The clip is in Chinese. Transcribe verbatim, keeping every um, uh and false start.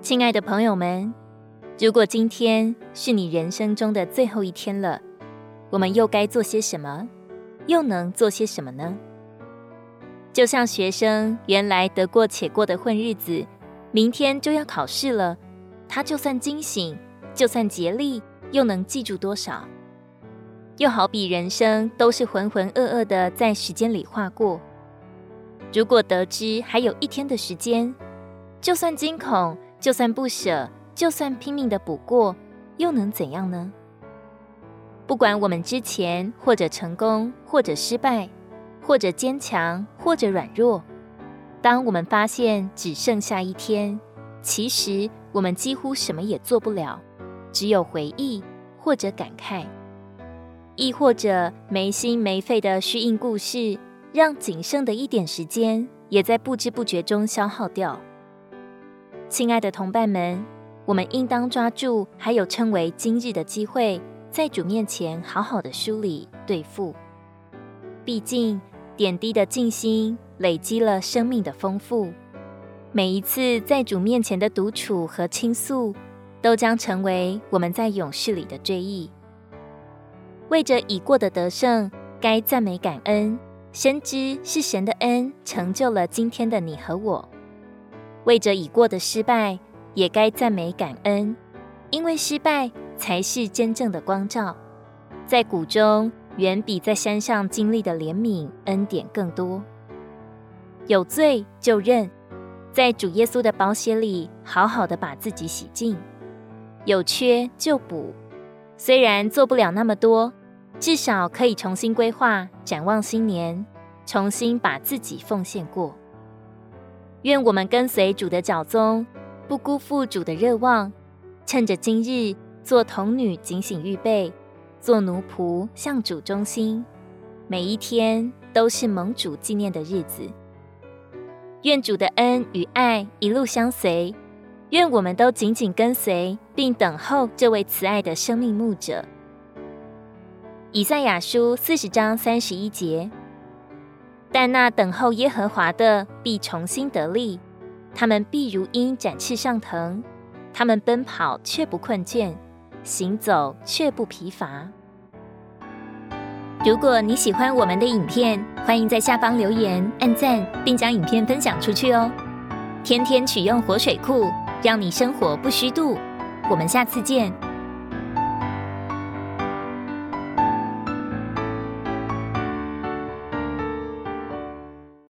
亲爱的朋友们，如果今天是你人生中的最后一天了，我们又该做些什么？又能做些什么呢？就像学生原来得过且过的混日子，明天就要考试了，他就算惊醒，就算竭力，又能记住多少？又好比人生都是浑浑噩噩的在时间里划过，如果得知还有一天的时间，就算惊恐，就算不舍，就算拼命的补过，又能怎样呢？不管我们之前或者成功，或者失败，或者坚强，或者软弱，当我们发现只剩下一天，其实我们几乎什么也做不了，只有回忆或者感慨，亦或者没心没肺的虚应故事，让仅剩的一点时间也在不知不觉中消耗掉。亲爱的同伴们，我们应当抓住还有称为今日的机会，在主面前好好的梳理对付。毕竟点滴的静心累积了生命的丰富，每一次在主面前的独处和倾诉，都将成为我们在永世里的追忆。为着已过的得胜，该赞美感恩，深知是神的恩成就了今天的你和我。为着已过的失败，也该赞美感恩，因为失败才是真正的光照，在谷中远比在山上经历的怜悯恩典更多。有罪就认，在主耶稣的宝血里好好的把自己洗净，有缺就补，虽然做不了那么多，至少可以重新规划，展望新年，重新把自己奉献过。愿我们跟随主的脚踪，不辜负主的热望，趁着今日做童女警醒预备，做奴仆向主忠心，每一天都是蒙主纪念的日子。愿主的恩与爱一路相随，愿我们都紧紧跟随，并等候这位慈爱的生命牧者。以赛亚书四十章三十一节，但那等候耶和华的必重新得力，他们必如鹰展翅上腾，他们奔跑却不困倦，行走却不疲乏。如果你喜欢我们的影片，欢迎在下方留言、按赞，并将影片分享出去哦。天天取用活水库，让你生活不虚度。我们下次见。